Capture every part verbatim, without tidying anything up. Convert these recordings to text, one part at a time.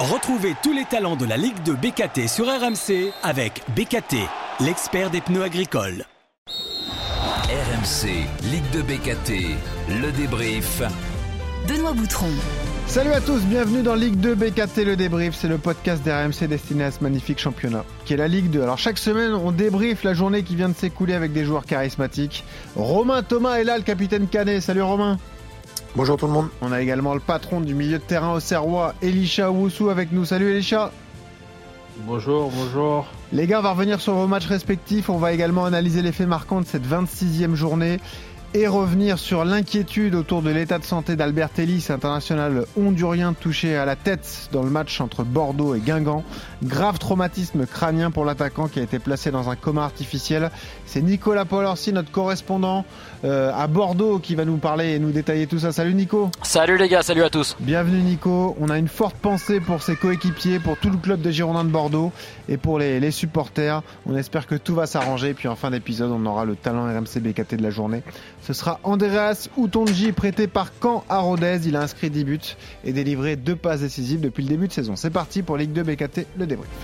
Retrouvez tous les talents de la Ligue deux B K T sur R M C avec B K T, l'expert des pneus agricoles. R M C, Ligue deux B K T, le débrief. Benoît Boutron. Salut à tous, bienvenue dans Ligue deux B K T, le débrief. C'est le podcast d'R M C destiné à ce magnifique championnat qui est la Ligue deux. Alors chaque semaine, on débriefe la journée qui vient de s'écouler avec des joueurs charismatiques. Romain Thomas est là, le capitaine Canet. Salut Romain. Bonjour tout le monde. On a également le patron du milieu de terrain au Serrois, Elisha Owusu avec nous. Salut Elisha. Bonjour, bonjour. Les gars, on va revenir sur vos matchs respectifs. On va également analyser les faits marquants de cette vingt-sixième journée et revenir sur l'inquiétude autour de l'état de santé d'Albert Ellis, international hondurien touché à la tête dans le match entre Bordeaux et Guingamp. Grave traumatisme crânien pour l'attaquant qui a été placé dans un coma artificiel. C'est Nicolas Paul-Orsi, notre correspondant euh, à Bordeaux, qui va nous parler et nous détailler tout ça. Salut Nico. Salut les gars, salut à tous. Bienvenue Nico. On a une forte pensée pour ses coéquipiers, pour tout le club de Girondins de Bordeaux et pour les, les supporters. On espère que tout va s'arranger. Puis en fin d'épisode, on aura le talent R M C B K T de la journée. Ce sera Andreas Utonji, prêté par Caen à Rodez. Il a inscrit dix buts et délivré deux passes décisives depuis le début de saison. C'est parti pour Ligue deux B K T, le débrief.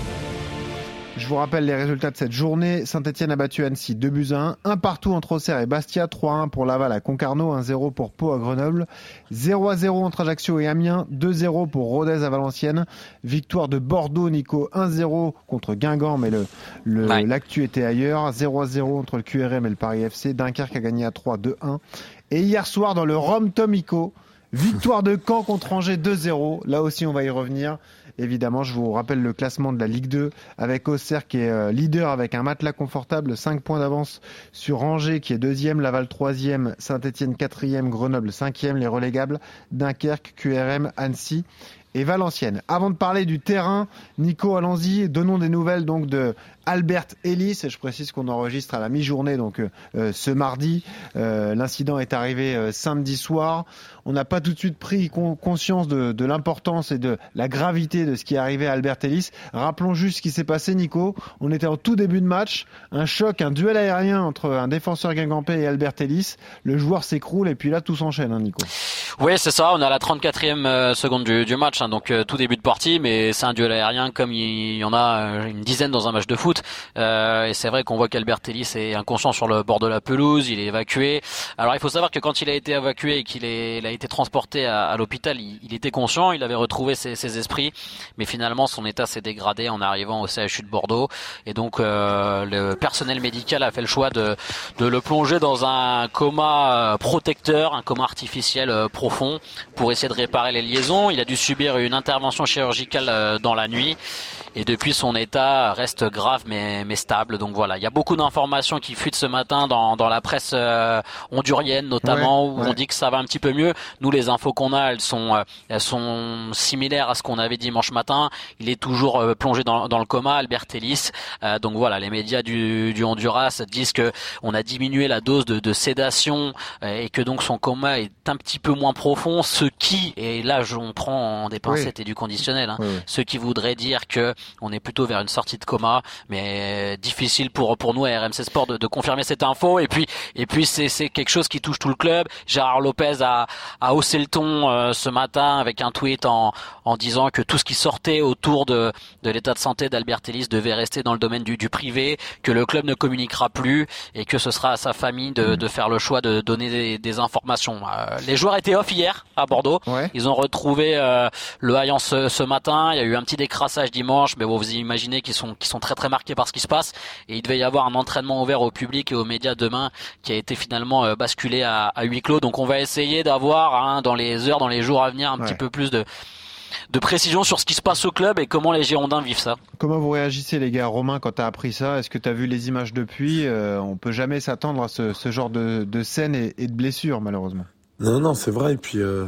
Je vous rappelle les résultats de cette journée. Saint-Etienne a battu Annecy deux buts à un. Un partout entre Auxerre et Bastia. trois à un pour Laval à Concarneau. un zéro pour Pau à Grenoble. zéro à zéro entre Ajaccio et Amiens. deux zéro pour Rodez à Valenciennes. Victoire de Bordeaux, Nico. un zéro contre Guingamp, mais le, le, ouais. l'actu était ailleurs. zéro à zéro entre le Q R M et le Paris F C. Dunkerque a gagné à trois, deux un. Et hier soir, dans le Rome Tomico, victoire de Caen contre Angers deux zéro. Là aussi, on va y revenir. Évidemment, je vous rappelle le classement de la Ligue deux avec Auxerre qui est leader avec un matelas confortable, cinq points d'avance sur Angers qui est deuxième, Laval troisième, Saint-Etienne quatrième, Grenoble cinquième, les relégables, Dunkerque, Q R M, Annecy et Valenciennes. Avant de parler du terrain, Nico, allons-y, donnons des nouvelles donc de Albert Ellis. Et je précise qu'on enregistre à la mi-journée, donc euh, ce mardi. Euh, l'incident est arrivé euh, samedi soir. On n'a pas tout de suite pris con- conscience de, de l'importance et de la gravité de ce qui est arrivé à Albert Ellis. Rappelons juste ce qui s'est passé, Nico. On était en tout début de match, un choc, un duel aérien entre un défenseur guingampais et Albert Ellis. Le joueur s'écroule et puis là tout s'enchaîne, hein, Nico. Oui, c'est ça. On est à la trente-quatrième euh, seconde du, du match, hein, donc euh, tout début de partie, mais c'est un duel aérien comme il y en a une dizaine dans un match de foot. Euh, et c'est vrai qu'on voit qu'Albert Ellis est inconscient sur le bord de la pelouse. Il est évacué. Alors il faut savoir que quand il a été évacué et qu'il est, il a été transporté à, à l'hôpital, il, il était conscient, il avait retrouvé ses, ses esprits, mais finalement son état s'est dégradé en arrivant au C H U de Bordeaux. Et donc euh, le personnel médical a fait le choix de, de le plonger dans un coma protecteur, un coma artificiel profond, pour essayer de réparer les liaisons. Il a dû subir une intervention chirurgicale dans la nuit. Et depuis, son état reste grave mais, mais stable. Donc voilà, il y a beaucoup d'informations qui fuitent ce matin dans, dans la presse euh, hondurienne notamment, ouais, où ouais. on dit que ça va un petit peu mieux. Nous, les infos qu'on a, elles sont, elles sont similaires à ce qu'on avait dimanche matin. Il est toujours euh, plongé dans, dans le coma, Albert Ellis. Euh, donc voilà, les médias du, du Honduras disent que on a diminué la dose de, de sédation euh, et que donc son coma est un petit peu moins profond. Ce qui, et là, on prend des pincettes oui. et du conditionnel, hein, oui. ce qui voudrait dire que on est plutôt vers une sortie de coma, mais difficile pour pour nous à R M C Sport de, de confirmer cette info. Et puis et puis c'est c'est quelque chose qui touche tout le club. Gérard Lopez a a haussé le ton euh, ce matin avec un tweet en en disant que tout ce qui sortait autour de de l'état de santé d'Albert Ellis devait rester dans le domaine du du privé, que le club ne communiquera plus et que ce sera à sa famille de de faire le choix de donner des, des informations. Euh, les joueurs étaient off hier à Bordeaux. Ouais. Ils ont retrouvé euh, le Haillan ce, ce matin. Il y a eu un petit décrassage dimanche. Mais bon, vous imaginez qu'ils sont, qu'ils sont très très marqués par ce qui se passe. Et il devait y avoir un entraînement ouvert au public et aux médias demain qui a été finalement euh, basculé à, à huis clos. Donc on va essayer d'avoir hein, dans les heures, dans les jours à venir un ouais. petit peu plus de, de précision sur ce qui se passe au club et comment les Girondins vivent ça. Comment vous réagissez les gars? Romain, quand tu as appris ça, est-ce que tu as vu les images depuis? euh, On peut jamais s'attendre à ce, ce genre de, de scènes et, et de blessures malheureusement. Non, non, c'est vrai. Et puis euh,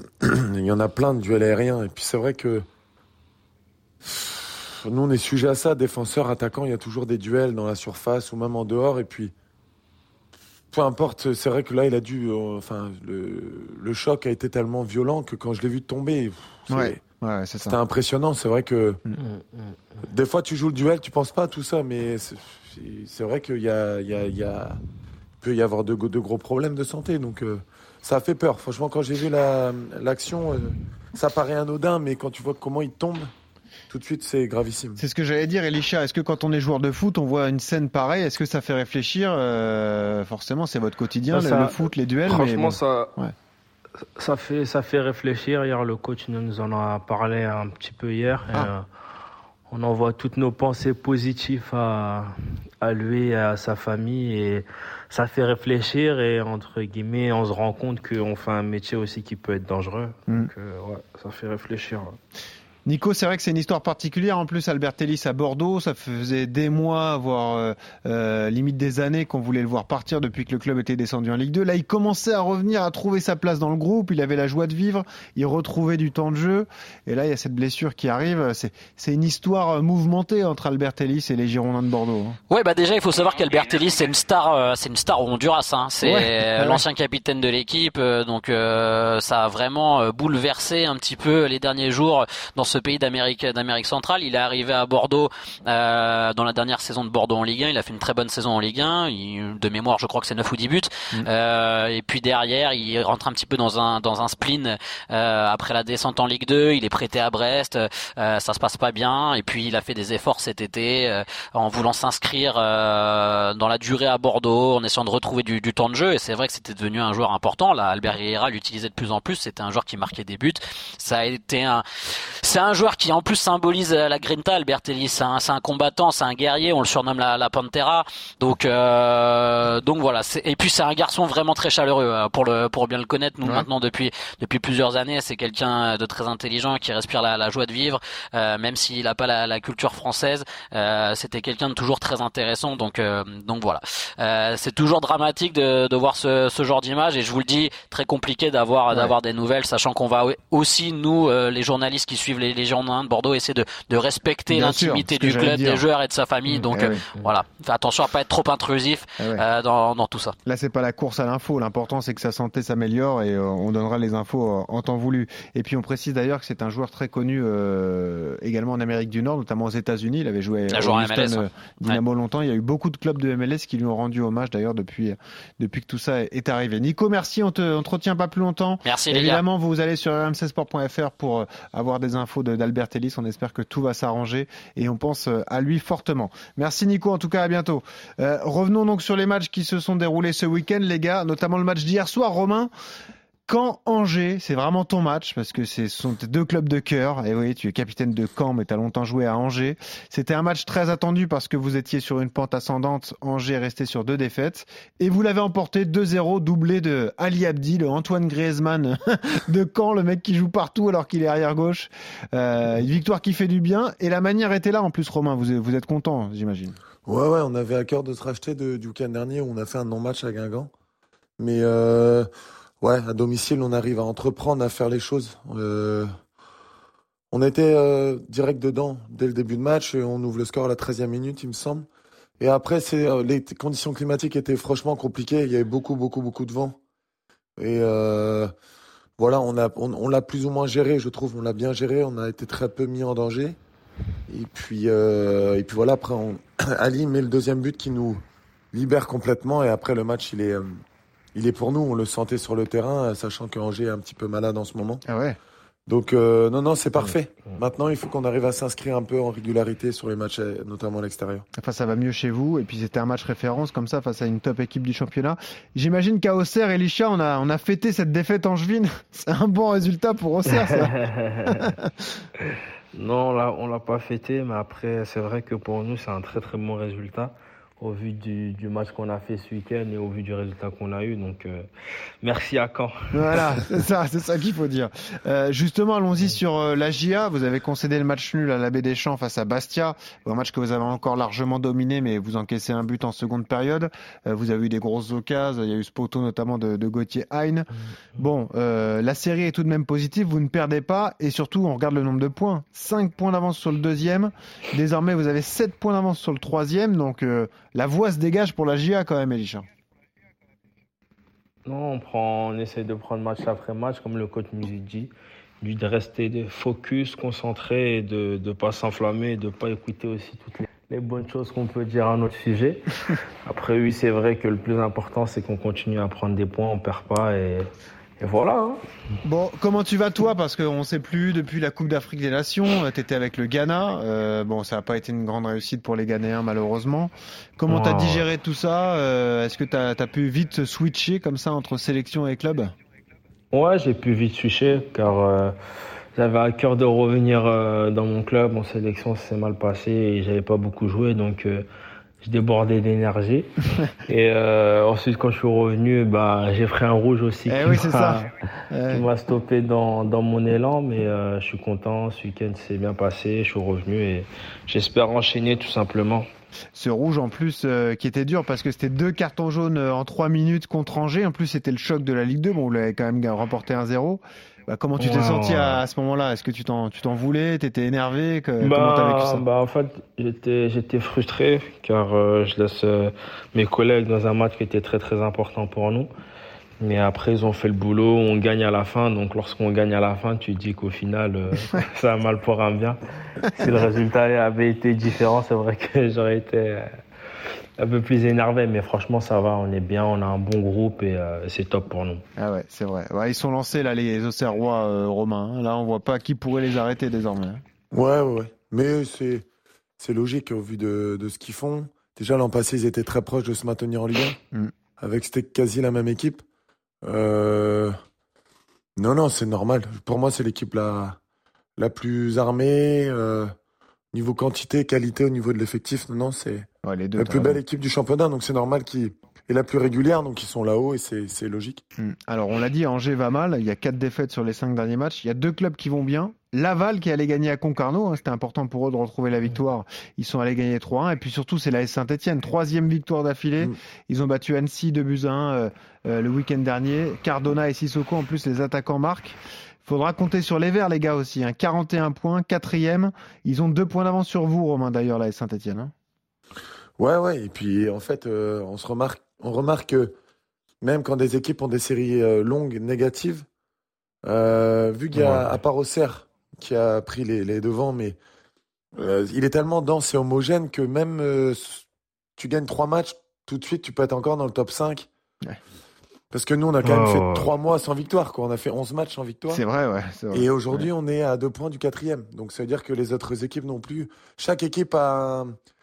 il y en a plein de duels aériens. Et puis c'est vrai que nous, on est sujet à ça, défenseurs, attaquants, il y a toujours des duels dans la surface ou même en dehors. Et puis, peu importe, c'est vrai que là, il a dû... Euh, enfin, le, le choc a été tellement violent que quand je l'ai vu tomber, c'est, ouais, ouais, c'est c'était ça. impressionnant. C'est vrai que mmh. des fois, tu joues le duel, tu penses pas à tout ça, mais c'est, c'est vrai qu'il y a, il y a, il y a, il peut y avoir de, de gros problèmes de santé. Donc, euh, ça a fait peur. Franchement, quand j'ai vu la, l'action... Euh, ça paraît anodin, mais quand tu vois comment il tombe, tout de suite, c'est gravissime. C'est ce que j'allais dire, Elisha. Est-ce que quand on est joueur de foot, on voit une scène pareille, est-ce que ça fait réfléchir euh, Forcément, c'est votre quotidien, ça, le, ça, le foot, les duels. Franchement, mais bon. ça, ouais. ça, fait, ça fait réfléchir. Hier, le coach nous en a parlé un petit peu hier. Ah. Et, euh, on envoie toutes nos pensées positives à, à lui et à sa famille. Et ça fait réfléchir. Et entre guillemets, on se rend compte qu'on fait un métier aussi qui peut être dangereux. Mm. Donc, euh, ouais, ça fait réfléchir. Ouais. Nico, c'est vrai que c'est une histoire particulière. En plus, Albert Ellis à Bordeaux, ça faisait des mois, voire euh, euh, limite des années qu'on voulait le voir partir depuis que le club était descendu en Ligue deux. Là, il commençait à revenir, à trouver sa place dans le groupe. Il avait la joie de vivre. Il retrouvait du temps de jeu. Et là, il y a cette blessure qui arrive. C'est, c'est une histoire mouvementée entre Albert Ellis et les Girondins de Bordeaux. Ouais, bah déjà, il faut savoir qu'Albert Ellis, c'est une star, euh, c'est une star au Honduras. Hein. C'est ouais, l'ancien ouais. capitaine de l'équipe. Euh, donc, euh, ça a vraiment euh, bouleversé un petit peu les derniers jours dans ce pays d'Amérique. d'Amérique centrale. Il est arrivé à Bordeaux euh, dans la dernière saison de Bordeaux en Ligue un. Il a fait une très bonne saison en Ligue un. Il, de mémoire, je crois que c'est neuf ou dix buts. Mmh. Euh, et puis derrière, il rentre un petit peu dans un dans un spleen euh, après la descente en Ligue deux. Il est prêté à Brest. Euh, ça se passe pas bien. Et puis il a fait des efforts cet été euh, en voulant s'inscrire euh, dans la durée à Bordeaux, en essayant de retrouver du, du temps de jeu. Et c'est vrai que c'était devenu un joueur important. Là, Albert Herrera l'utilisait de plus en plus. C'était un joueur qui marquait des buts. Ça a été un, c'est un joueur qui en plus symbolise la grinta. Albert Ellis, c'est un, c'est un combattant, c'est un guerrier, on le surnomme la, la Pantera. Donc, euh, donc voilà. C'est, et puis c'est un garçon vraiment très chaleureux pour le, pour bien le connaître. Nous ouais. maintenant depuis depuis plusieurs années, c'est quelqu'un de très intelligent qui respire la, la joie de vivre, euh, même s'il n'a pas la, la culture française. Euh, c'était quelqu'un de toujours très intéressant. Donc, euh, donc voilà. Euh, c'est toujours dramatique de, de voir ce, ce genre d'image. Et je vous le dis, très compliqué d'avoir ouais. d'avoir des nouvelles, sachant qu'on va aussi nous, euh, les journalistes qui suivent les, les Girondins de Bordeaux, essayer de, de respecter Bien l'intimité sûr, du club, dire. des joueurs et de sa famille. Mmh, Donc eh euh, oui. voilà, fais attention à pas être trop intrusif eh oui. euh, dans, dans tout ça. Là, c'est pas la course à l'info. L'important, c'est que sa santé s'améliore et euh, on donnera les infos euh, en temps voulu. Et puis, on précise d'ailleurs que c'est un joueur très connu euh, également en Amérique du Nord, notamment aux États-Unis. Il avait joué à Houston, M L S, euh, Dynamo ouais. longtemps. Il y a eu beaucoup de clubs de M L S qui lui ont rendu hommage d'ailleurs depuis depuis que tout ça est arrivé. Nico, merci. On te, on te retient pas plus longtemps. Merci. Évidemment, les gars. vous allez sur r m c sport point f r pour euh, avoir des infos de, d'Albert Ellis. On espère que tout va s'arranger et on pense à lui fortement. Merci Nico, en tout cas à bientôt. Euh, revenons donc sur les matchs qui se sont déroulés ce week-end, les gars, notamment le match d'hier soir. Romain, Caen-Angers, c'est vraiment ton match parce que ce sont tes deux clubs de cœur. Et oui, tu es capitaine de Caen, mais tu as longtemps joué à Angers. C'était un match très attendu parce que vous étiez sur une pente ascendante. Angers est resté sur deux défaites. Et vous l'avez emporté deux zéro, doublé de Ali Abdi, le Antoine Griezmann de Caen, le mec qui joue partout alors qu'il est arrière-gauche. Euh, une victoire qui fait du bien. Et la manière était là en plus, Romain. Vous, vous êtes content, j'imagine. Ouais, ouais, on avait à cœur de se racheter de, du week-end dernier où on a fait un non-match à Guingamp. Mais... Euh... Ouais, à domicile, on arrive à entreprendre, à faire les choses. Euh, on était euh, direct dedans dès le début de match. Et on ouvre le score à la treizième minute, il me semble. Et après, c'est, euh, les conditions climatiques étaient franchement compliquées. Il y avait beaucoup, beaucoup, beaucoup de vent. Et euh, voilà, on, a, on, on l'a plus ou moins géré, je trouve. On l'a bien géré. On a été très peu mis en danger. Et puis, euh, et puis voilà, après, on... Ali met le deuxième but qui nous libère complètement. Et après, le match, il est... Euh, Il est pour nous, on le sentait sur le terrain, sachant que Angers est un petit peu malade en ce moment. Ah ouais. Donc euh, non, non, c'est parfait. Maintenant, il faut qu'on arrive à s'inscrire un peu en régularité sur les matchs, notamment à l'extérieur. Enfin, ça va mieux chez vous. Et puis c'était un match référence comme ça face à une top équipe du championnat. J'imagine qu'à Auxerre, Elisha, on a on a fêté cette défaite angevine. C'est un bon résultat pour Auxerre, ça. Non, on l'a on l'a pas fêté, mais après, c'est vrai que pour nous, c'est un très très bon résultat. Au vu du, du match qu'on a fait ce week-end et au vu du résultat qu'on a eu. Donc, euh, merci à Caen. Voilà, c'est ça, c'est ça qu'il faut dire. Euh, justement, allons-y sur euh, la J A. Vous avez concédé le match nul à l'Abbé Deschamps face à Bastia. Un match que vous avez encore largement dominé, mais vous encaissez un but en seconde période. Euh, vous avez eu des grosses occasions. Il y a eu ce poteau notamment de, de Gauthier Hein. Bon, euh, la série est tout de même positive. Vous ne perdez pas. Et surtout, on regarde le nombre de points. cinq points d'avance sur le deuxième. Désormais, vous avez sept points d'avance sur le troisième. Donc, euh, la voie se dégage pour la J A quand même, Elisha. Non, on, prend, on essaie de prendre match après match, comme le coach nous dit, de rester focus, concentré et de ne pas s'enflammer, de ne pas écouter aussi toutes les, les bonnes choses qu'on peut dire à notre sujet. Après, oui, c'est vrai que le plus important, c'est qu'on continue à prendre des points, on ne perd pas et, et voilà. Hein. Bon, comment tu vas toi? Parce qu'on ne sait plus, depuis la Coupe d'Afrique des Nations, tu étais avec le Ghana. Euh, bon, ça n'a pas été une grande réussite pour les Ghanéens, malheureusement. Comment tu as Oh. digéré tout ça? euh, Est-ce que tu as pu vite switcher comme ça entre sélection et club? Ouais, j'ai pu vite switcher car euh, j'avais à cœur de revenir euh, dans mon club. En sélection, ça s'est mal passé et j'avais pas beaucoup joué, donc euh, je débordais d'énergie. Et euh, ensuite, quand je suis revenu, bah, j'ai pris un rouge aussi Eh qui oui, c'est ça. m'a Ouais. qui m'a stoppé dans, dans mon élan. Mais euh, je suis content, ce week-end s'est bien passé, je suis revenu et j'espère enchaîner tout simplement. Ce rouge en plus euh, qui était dur parce que c'était deux cartons jaunes euh, en trois minutes contre Angers. En plus, c'était le choc de la Ligue deux. Bon, vous l'avez quand même remporté un zéro. Bah, comment tu t'es Ouais, senti ouais. à, à ce moment-là? Est-ce que tu t'en, tu t'en voulais? T'étais énervé? Que, comment t'as vécu Bah, ça? bah en fait, j'étais j'étais frustré car euh, je laisse euh, mes collègues dans un match qui était très très important pour nous. Mais après, ils ont fait le boulot, on gagne à la fin. Donc, lorsqu'on gagne à la fin, tu te dis qu'au final, euh, ça a mal pour un bien. Si le résultat avait été différent, c'est vrai que j'aurais été euh, un peu plus énervé. Mais franchement, ça va, on est bien, on a un bon groupe et euh, c'est top pour nous. Ah ouais, c'est vrai. Ouais, ils sont lancés là, les Auxerrois euh, romains. hein. Là, on voit pas qui pourrait les arrêter désormais. hein. Ouais, ouais, ouais. Mais c'est, c'est logique au vu de, de ce qu'ils font. Déjà, l'an passé, ils étaient très proches de se maintenir en Ligue un. Mm. Avec c'était quasi la même équipe. Euh, Non, non, c'est normal. Pour moi, c'est l'équipe la, la plus armée. euh, Niveau quantité, qualité, au niveau de l'effectif. Non, non, c'est Ouais, les deux. la t'as plus raison. belle équipe du championnat. Donc, c'est normal qu'ils. Et la plus régulière. Donc, ils sont là-haut et c'est, c'est logique. Mm. Alors, on l'a dit, Angers va mal. Il y a quatre défaites sur les cinq derniers matchs. Il y a deux clubs qui vont bien. Laval qui allait gagner à Concarneau. hein, C'était important pour eux de retrouver la victoire. Ils sont allés gagner trois un. Et puis surtout, c'est la S Saint-Etienne. Troisième victoire d'affilée. Mm. Ils ont battu Annecy deux buts à un euh, euh, le week-end dernier. Cardona et Sissoko, en plus, les attaquants marquent. Faudra compter sur les Verts, les gars, aussi. hein. quarante et un points, quatrième. Ils ont deux points d'avance sur vous, Romain, d'ailleurs, la S Saint-Etienne. hein. Ouais, ouais. Et puis, en fait, euh, on se remarque, on remarque que même quand des équipes ont des séries euh, longues négatives, euh, vu qu'il y a, Ouais. à part Auxerre, qui a pris les, les devants, mais euh, il est tellement dense et homogène que même euh, tu gagnes trois matchs, tout de suite, tu peux être encore dans le top cinq. Ouais. Parce que nous, on a quand même Oh. fait trois mois sans victoire, quoi. On a fait onze matchs sans victoire. C'est vrai, ouais. c'est vrai. Et aujourd'hui, on est à deux points du quatrième. Donc, ça veut dire que les autres équipes non plus. Chaque équipe a,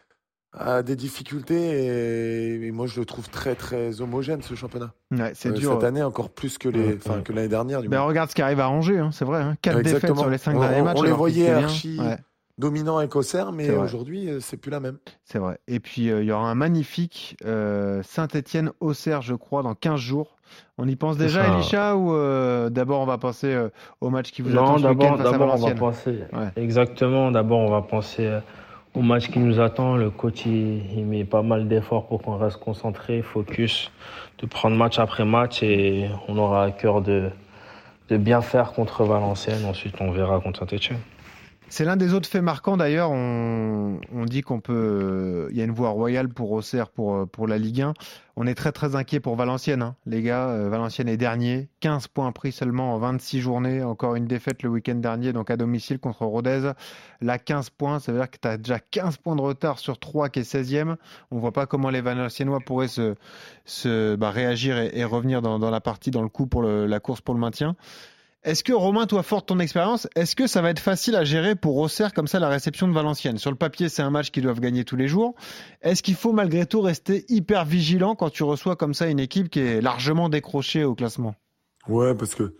a des difficultés et, et moi, je le trouve très, très homogène, ce championnat. Ouais, c'est Euh, dur. Cette année, encore plus que, les, Ouais, enfin, ouais. que l'année dernière, du Ben, moins. regarde ce qui arrive à Angers, hein, c'est vrai. Hein. Quatre défaites Exactement. sur les cinq On- derniers on- matchs. on les alors qu'ils voyait étaient bien. archi- Ouais, Dominant avec Auxerre, C'est mais vrai. aujourd'hui, euh, c'est plus la même. c'est vrai. Et puis, euh, il y aura un magnifique euh, Saint-Etienne-Auxerre, je crois, dans quinze jours. On y pense déjà, ça. Elisha, ou euh, d'abord on va passer euh, au match qui vous Non, attend ce week-end d'abord, face à d'abord on va Valenciennes? penser. Ouais. Exactement, d'abord, on va penser euh, au match qui nous attend. Le coach, il, il met pas mal d'efforts pour qu'on reste concentré, focus, de prendre match après match et on aura à cœur de, de bien faire contre Valenciennes. Ensuite, on verra contre Saint-Etienne. C'est l'un des autres faits marquants d'ailleurs. On, on dit qu'on peut. Il y a une voie royale pour Auxerre pour, pour la Ligue un. On est très très inquiet pour Valenciennes, hein. les gars. Euh, Valenciennes est dernier. quinze points pris seulement en vingt-six journées. Encore une défaite le week-end dernier, donc à domicile contre Rodez. Là, quinze points, ça veut dire que tu as déjà quinze points de retard sur trois qui est seizième. On voit pas comment les Valenciennois pourraient se, se bah, réagir et, et revenir dans, dans la partie, dans le coup pour le, la course pour le maintien. Est-ce que, Romain, toi, fort de ton expérience, est-ce que ça va être facile à gérer pour Auxerre comme ça la réception de Valenciennes? Sur le papier, c'est un match qu'ils doivent gagner tous les jours. Est-ce qu'il faut malgré tout rester hyper vigilant quand tu reçois comme ça une équipe qui est largement décrochée au classement? Ouais, parce que.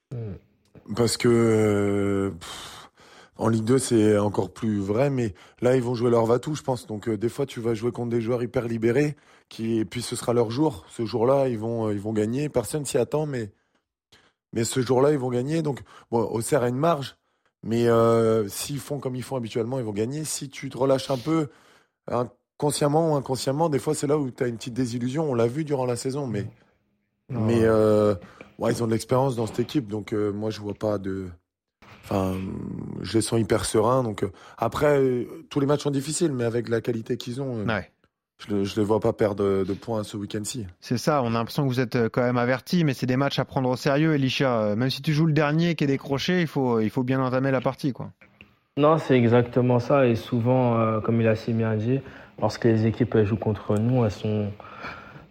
Parce que. euh, pff, en Ligue deux, c'est encore plus vrai, mais là, ils vont jouer leur va-tout, je pense. Donc, euh, des fois, tu vas jouer contre des joueurs hyper libérés, qui, et puis ce sera leur jour. Ce jour-là, ils vont, euh, ils vont gagner. Personne s'y attend, mais. Mais ce jour-là, ils vont gagner. Donc, bon, Auxerre a une marge. Mais euh, s'ils font comme ils font habituellement, ils vont gagner. Si tu te relâches un peu, consciemment ou inconsciemment, des fois, c'est là où tu as une petite désillusion. On l'a vu durant la saison. Mais, Non. mais euh, ouais, ils ont de l'expérience dans cette équipe. Donc, euh, moi, je vois pas de. Enfin, je les sens hyper sereins. Donc, euh, après, euh, tous les matchs sont difficiles, mais avec la qualité qu'ils ont, euh, Ouais. je ne les vois pas perdre de, de points ce week-end-ci. C'est ça, on a l'impression que vous êtes euh, quand même avertis, mais c'est des matchs à prendre au sérieux, Elisha. Euh, Même si tu joues le dernier qui est décroché, il faut, il faut bien entamer la partie, quoi. Non, c'est exactement ça. Et souvent, euh, comme il a si bien dit, lorsque les équipes elles jouent contre nous, elles sont,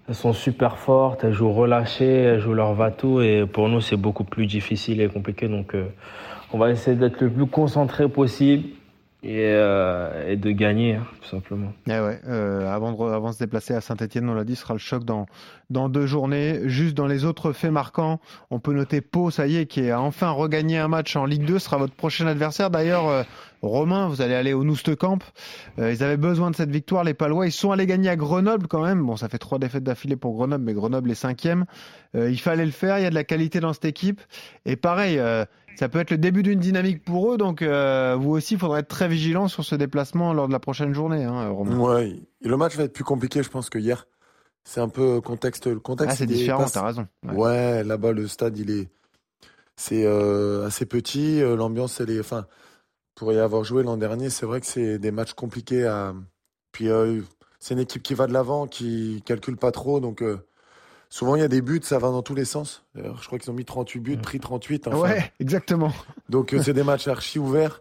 elles sont super fortes, elles jouent relâchées, elles jouent leur va-tout. Et pour nous, c'est beaucoup plus difficile et compliqué. Donc, euh, on va essayer d'être le plus concentré possible. Et, euh, et de gagner, hein, tout simplement. Eh ouais, euh, avant, de, avant de se déplacer à Saint-Etienne, on l'a dit, ce sera le choc dans, dans deux journées. Juste dans les autres faits marquants, on peut noter Pau, ça y est, qui a enfin regagné un match en Ligue deux, ce sera votre prochain adversaire. D'ailleurs, euh, Romain, vous allez aller au Noustecamp. Euh, ils avaient besoin de cette victoire, les Palois. Ils sont allés gagner à Grenoble quand même. Bon, ça fait trois défaites d'affilée pour Grenoble, mais Grenoble est cinquième. Euh, il fallait le faire, il y a de la qualité dans cette équipe. Et pareil, euh, ça peut être le début d'une dynamique pour eux, donc euh, vous aussi, il faudra être très vigilant sur ce déplacement lors de la prochaine journée, hein, Romain. Ouais, et le match va être plus compliqué, je pense, que hier. C'est un peu contexte, le contexte. Ah, c'est différent, pas... t'as raison. Ouais. ouais, là-bas, le stade, il est, c'est euh, assez petit. L'ambiance, elle est, enfin, pour y avoir joué l'an dernier, c'est vrai que c'est des matchs compliqués à. Puis euh, c'est une équipe qui va de l'avant, qui calcule pas trop, donc. Euh... Souvent, il y a des buts, ça va dans tous les sens. D'ailleurs, je crois qu'ils ont mis trente-huit buts, pris trente-huit. Enfin. Ouais, exactement. Donc, euh, c'est des matchs archi ouverts.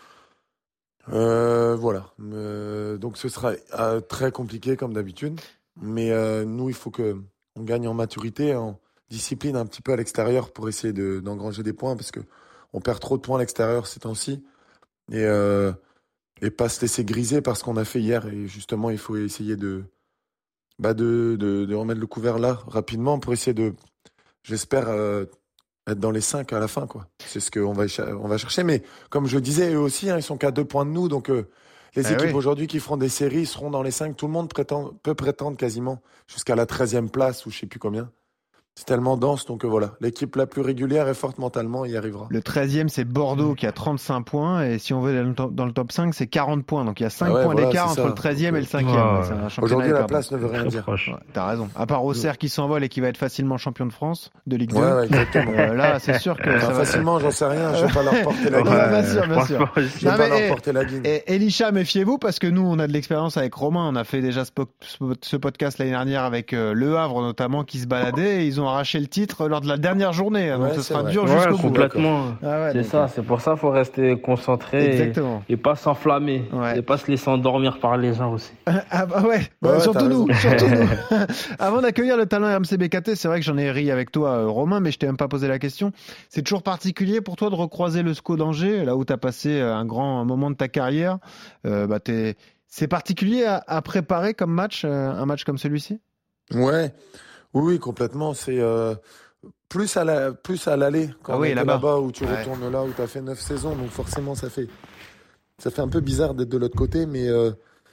Euh, voilà. Euh, donc, ce sera euh, très compliqué, comme d'habitude. Mais euh, nous, il faut qu'on gagne en maturité, en discipline un petit peu à l'extérieur pour essayer de, d'engranger des points, parce qu'on perd trop de points à l'extérieur ces temps-ci. Et, euh, et pas se laisser griser par ce qu'on a fait hier. Et justement, il faut essayer de... Bah de, de, de remettre le couvert là rapidement pour essayer de, j'espère, euh, être dans les cinq à la fin, quoi. C'est ce qu'on va, on va chercher. Mais comme je disais, eux aussi, hein, ils sont qu'à deux points de nous. Donc euh, les eh équipes oui. aujourd'hui qui feront des séries seront dans les cinq. Tout le monde prétend, peut prétendre quasiment jusqu'à la treizième place ou je sais plus combien. C'est tellement dense, donc euh, voilà. L'équipe la plus régulière et forte mentalement y arrivera. Le treizième, c'est Bordeaux qui a trente-cinq points. Et si on veut dans le top, dans le top cinq, c'est quarante points. Donc il y a cinq ah ouais, points voilà, d'écart entre ça. le treizième donc, et le cinquième. Ouais. Aujourd'hui, la place ne veut rien dire. Ouais, t'as raison. À part Auxerre qui s'envole et qui va être facilement champion de France, de Ligue deux. Ouais, ouais, exactement. Euh, là, c'est sûr que. Enfin, ça facilement, va... j'en sais rien. Je ne vais pas leur porter la guine. Ouais, bien sûr, bien sûr. Je ne vais pas leur porter la guine. Et Elisha, méfiez-vous parce que nous, on a de l'expérience avec Romain. On a fait déjà ce podcast l'année dernière avec Le Havre notamment qui se baladait. Et ils ont arraché le titre lors de la dernière journée, donc ouais, ce sera vrai. dur ouais, jusqu'au bout. Complètement. Ah ouais, c'est donc... ça, c'est pour ça qu'il faut rester concentré Exactement. et, et pas s'enflammer ouais. et pas se laisser endormir par les gens aussi. Ah bah ouais, bah ouais surtout nous, surtout nous. Avant d'accueillir le talent R M C B K T, c'est vrai que j'en ai ri avec toi, Romain, mais je t'ai même pas posé la question. C'est toujours particulier pour toi de recroiser le S C O d'Angers, là où tu as passé un grand moment de ta carrière. Euh, bah t'es... C'est particulier à, à préparer comme match, un match comme celui-ci ? Ouais, oui, oui, complètement. C'est euh... Plus à, la, plus à l'aller, quand ah oui, là-bas. là-bas, où tu ouais. retournes là, où tu as fait neuf saisons. Donc forcément, ça fait, ça fait un peu bizarre d'être de l'autre côté. Mais euh,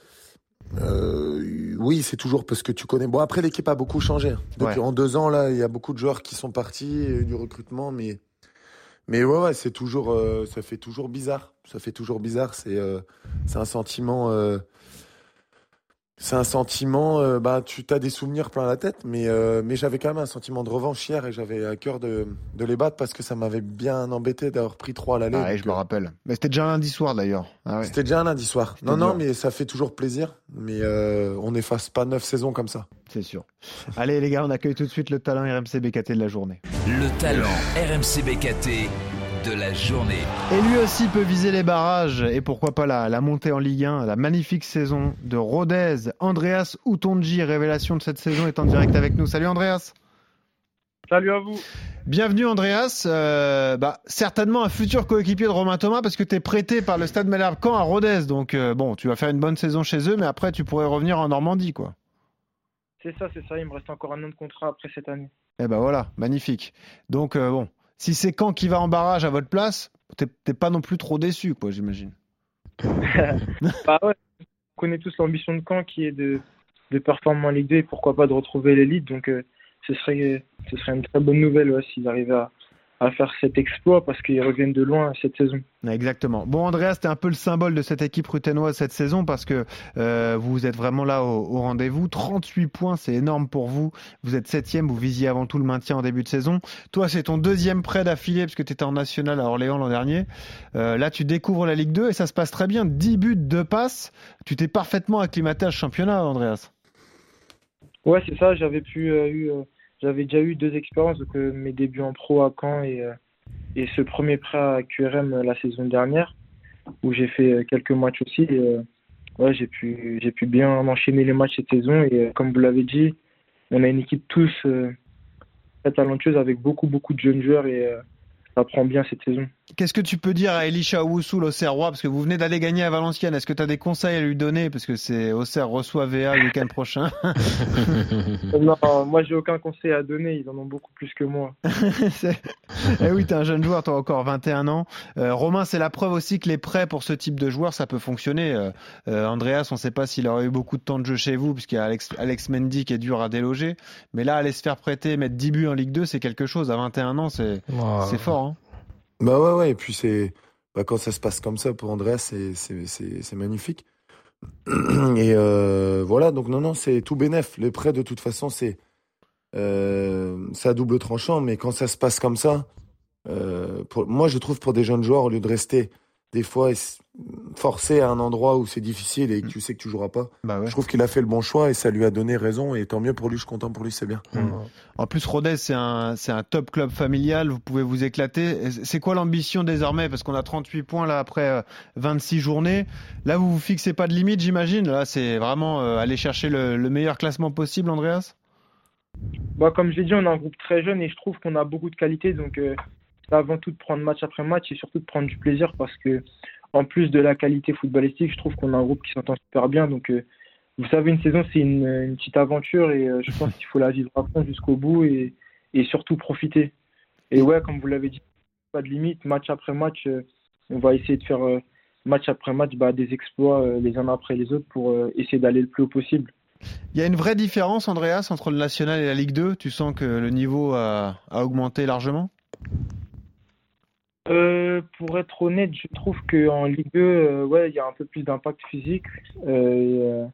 euh, oui, c'est toujours parce que tu connais. Bon, après, l'équipe a beaucoup changé. Depuis, ouais. En deux ans, là, il y a beaucoup de joueurs qui sont partis, du recrutement. Mais, mais ouais, ouais, c'est toujours, euh, ça fait toujours bizarre. Ça fait toujours bizarre. C'est, euh, c'est un sentiment... Euh, C'est un sentiment, euh, bah, tu as des souvenirs plein la tête, mais, euh, mais j'avais quand même un sentiment de revanche hier et j'avais à cœur de, de les battre parce que ça m'avait bien embêté d'avoir pris trois à l'aller. Ah, ouais, je me rappelle. Mais c'était déjà un lundi soir d'ailleurs. Ah, ouais. C'était déjà un lundi soir. C'était non, dur. non, mais ça fait toujours plaisir, mais euh, on n'efface pas neuf saisons comme ça. C'est sûr. Allez les gars, on accueille tout de suite le talent R M C B K T de la journée. Le talent R M C B K T de la journée. Et lui aussi peut viser les barrages et pourquoi pas la, la montée en Ligue un, la magnifique saison de Rodez. Andreas Utonji, révélation de cette saison, est en direct avec nous. Salut Andreas. Salut à vous. Bienvenue Andreas, euh, bah, certainement un futur coéquipier de Romain Thomas parce que tu es prêté par le Stade Malherbe-Caen à Rodez. Donc euh, bon, tu vas faire une bonne saison chez eux mais après tu pourrais revenir en Normandie quoi. C'est ça, c'est ça, il me reste encore un an de contrat après cette année. Eh ben voilà, magnifique. Donc euh, bon, si c'est Caen qui va en barrage à votre place, t'es, t'es pas non plus trop déçu, quoi, j'imagine. Bah ouais, on connaît tous l'ambition de Caen qui est de, de performer en Ligue deux et pourquoi pas de retrouver l'élite. Donc euh, ce serait, ce serait une très bonne nouvelle ouais, s'ils arrivaient à, à faire cet exploit parce qu'ils reviennent de loin cette saison. Exactement. Bon, Andreas, t'es un peu le symbole de cette équipe ruthénoise cette saison parce que euh, vous êtes vraiment là au, au rendez-vous. trente-huit points, c'est énorme pour vous. Vous êtes septième, vous visiez avant tout le maintien en début de saison. Toi, c'est ton deuxième prêt d'affilée parce que tu étais en national à Orléans l'an dernier. Euh, là, tu découvres la Ligue deux et ça se passe très bien. dix buts, deux passes. Tu t'es parfaitement acclimaté à ce championnat, Andreas. Ouais, c'est ça. J'avais pu euh, eu, euh, j'avais déjà eu deux expériences, donc euh, mes débuts en pro à Caen et euh, et ce premier prêt à Q R M euh, la saison dernière où j'ai fait euh, quelques matchs aussi. Et, euh, ouais, j'ai pu j'ai pu bien enchaîner les matchs cette saison et euh, comme vous l'avez dit, on a une équipe tous euh, très talentueuse avec beaucoup, beaucoup de jeunes joueurs et euh, ça prend bien cette saison. Qu'est-ce que tu peux dire à Elisha Owusu, l'Auxerrois, parce que vous venez d'aller gagner à Valenciennes. Est-ce que tu as des conseils à lui donner, parce que c'est Auxerre reçoit V A le week-end prochain? Non, moi j'ai aucun conseil à donner, ils en ont beaucoup plus que moi. Eh oui, t'es un jeune joueur, t'as encore vingt et un ans. Euh, Romain, c'est la preuve aussi que les prêts pour ce type de joueur, ça peut fonctionner. Euh, euh, Andreas, on ne sait pas s'il aurait eu beaucoup de temps de jeu chez vous, puisqu'il y a Alex, Alex Mendy qui est dur à déloger. Mais là, aller se faire prêter, mettre dix buts en Ligue deux, c'est quelque chose. À vingt et un ans, c'est, Wow. c'est fort. Hein. Bah ouais, ouais, et puis c'est, bah quand ça se passe comme ça pour Andreas, c'est, c'est, c'est, c'est magnifique. Et euh, voilà, donc non, non, c'est tout bénef. Les prêts, de toute façon, c'est, euh, c'est à double tranchant, mais quand ça se passe comme ça, euh, pour, moi, je trouve pour des jeunes joueurs, au lieu de rester des fois forcé à un endroit où c'est difficile et que tu sais que tu joueras pas, Bah ouais. je trouve qu'il a fait le bon choix et ça lui a donné raison, et tant mieux pour lui, je suis content pour lui, c'est bien. Mmh. En plus, Rodez, c'est un, c'est un top club familial, vous pouvez vous éclater. C'est quoi l'ambition désormais? Parce qu'on a trente-huit points là après vingt-six journées. Là, vous vous fixez pas de limite, j'imagine. Là, c'est vraiment euh, aller chercher le, le meilleur classement possible, Andreas? Bah, comme je l'ai dit, on a un groupe très jeune et je trouve qu'on a beaucoup de qualité. Donc, euh, c'est avant tout de prendre match après match et surtout de prendre du plaisir parce que, en plus de la qualité footballistique, je trouve qu'on a un groupe qui s'entend super bien. Donc, euh, vous savez, une saison, c'est une, une petite aventure et euh, je pense qu'il faut la vivre à fond jusqu'au bout et, et surtout profiter. Et ouais, comme vous l'avez dit, pas de limite. Match après match, euh, on va essayer de faire euh, match après match bah, des exploits euh, les uns après les autres pour euh, essayer d'aller le plus haut possible. Il y a une vraie différence, Andreas, entre le National et la Ligue deux. Tu sens que le niveau a, a augmenté largement? Euh, pour être honnête, je trouve qu'en Ligue deux, euh, ouais, il y a un peu plus d'impact physique. Euh,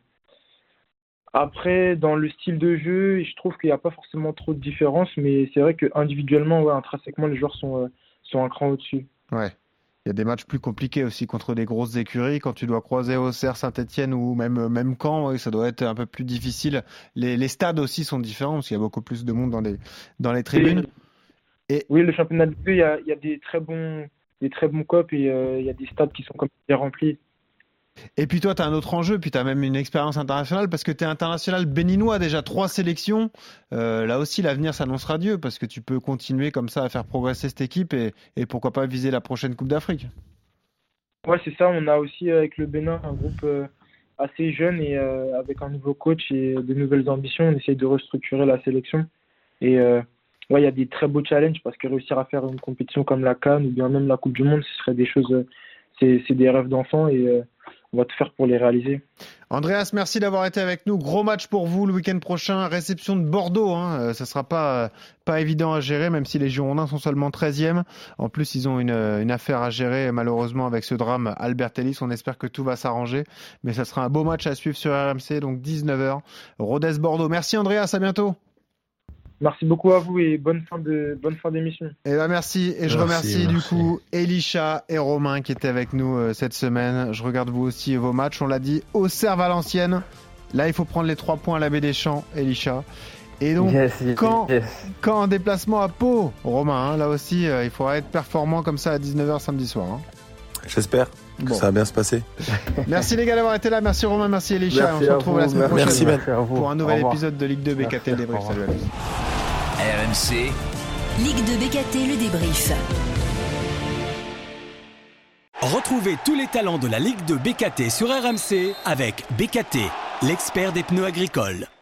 après, dans le style de jeu, je trouve qu'il n'y a pas forcément trop de différence, mais c'est vrai qu'individuellement, ouais, intrinsèquement, les joueurs sont, euh, sont un cran au-dessus. Ouais. Il y a des matchs plus compliqués aussi contre des grosses écuries. Quand tu dois croiser Auxerre, Saint-Etienne ou même, même Caen, ouais, ça doit être un peu plus difficile. Les, les stades aussi sont différents parce qu'il y a beaucoup plus de monde dans les, dans les tribunes. Et... Oui, le championnat de Ligue deux, il y a, il y a des très bons, des très bons copes et euh, il y a des stades qui sont comme bien remplis. Et puis toi, tu as un autre enjeu, puis tu as même une expérience internationale parce que tu es international béninois, déjà trois sélections. Euh, là aussi, l'avenir s'annonce radieux parce que tu peux continuer comme ça à faire progresser cette équipe et, et pourquoi pas viser la prochaine Coupe d'Afrique. Ouais, c'est ça. On a aussi avec le Bénin un groupe euh, assez jeune et euh, avec un nouveau coach et de nouvelles ambitions. On essaye de restructurer la sélection. Et euh, ouais, il y a des très beaux challenges parce que réussir à faire une compétition comme la CAN ou bien même la Coupe du Monde, ce serait des choses, euh, c'est, c'est des rêves d'enfants et euh, on va tout faire pour les réaliser. Andreas, merci d'avoir été avec nous. Gros match pour vous le week-end prochain. Réception de Bordeaux. Hein. Ça ne sera pas, pas évident à gérer, même si les Girondins sont seulement treizième. En plus, ils ont une, une affaire à gérer, malheureusement, avec ce drame Albert Ellis. On espère que tout va s'arranger. Mais ça sera un beau match à suivre sur R M C, donc dix-neuf heures. Rodez-Bordeaux. Merci Andreas, à bientôt. Merci beaucoup à vous et bonne fin de bonne fin d'émission. Et ben merci et je merci, remercie merci. du coup Elisha et Romain qui étaient avec nous euh, cette semaine. Je regarde vous aussi vos matchs. On l'a dit, Auxerre Valenciennes. Là, il faut prendre les trois points à la Baie des Champs, Elisha. Et donc yes, yes, quand yes. quand en déplacement à Pau, Romain, hein, là aussi, euh, il faudra être performant comme ça à dix-neuf heures samedi soir. Hein. J'espère. Bon. Que ça va bien se passer. Merci les gars d'avoir été là. Merci Romain, merci Elisha. Merci on se retrouve vous. la semaine merci prochaine merci pour un nouvel épisode de Ligue deux B K T le débrief. Salut à tous. R M C Ligue deux B K T le débrief. Retrouvez tous les talents de la Ligue deux B K T sur R M C avec B K T, l'expert des pneus agricoles.